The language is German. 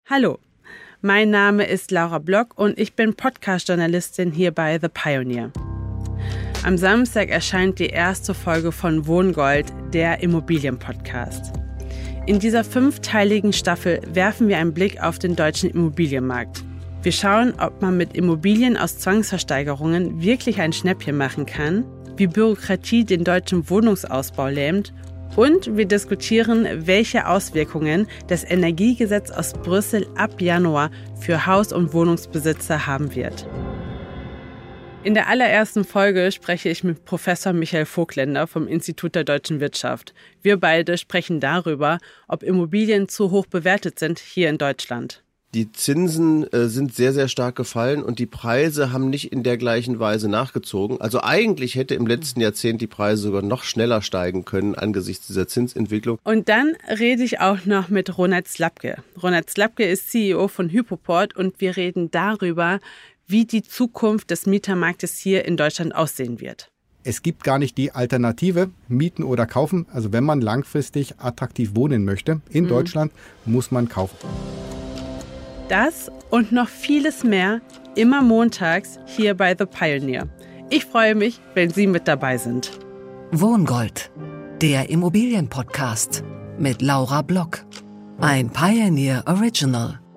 Hallo, mein Name ist Laura Block und ich bin Podcast-Journalistin hier bei The Pioneer. Am Samstag erscheint die erste Folge von Wohngold, der Immobilien-Podcast. In dieser 5-teiligen Staffel werfen wir einen Blick auf den deutschen Immobilienmarkt. Wir schauen, ob man mit Immobilien aus Zwangsversteigerungen wirklich ein Schnäppchen machen kann, wie Bürokratie den deutschen Wohnungsausbau lähmt und wir diskutieren, welche Auswirkungen das Energiegesetz aus Brüssel ab Januar für Haus- und Wohnungsbesitzer haben wird. In der allerersten Folge spreche ich mit Professor Michael Vogtländer vom Institut der Deutschen Wirtschaft. Wir beide sprechen darüber, ob Immobilien zu hoch bewertet sind hier in Deutschland. Die Zinsen sind sehr, sehr stark gefallen und die Preise haben nicht in der gleichen Weise nachgezogen. Also eigentlich hätte im letzten Jahrzehnt die Preise sogar noch schneller steigen können angesichts dieser Zinsentwicklung. Und dann rede ich auch noch mit Ronald Slabke. Ronald Slabke ist CEO von Hypoport und wir reden darüber, wie die Zukunft des Mietermarktes hier in Deutschland aussehen wird. Es gibt gar nicht die Alternative, mieten oder kaufen. Also wenn man langfristig attraktiv wohnen möchte in Deutschland, muss man kaufen. Das und noch vieles mehr immer montags hier bei The Pioneer. Ich freue mich, wenn Sie mit dabei sind. Wohngold, der Immobilien-Podcast mit Laura Block. Ein Pioneer Original.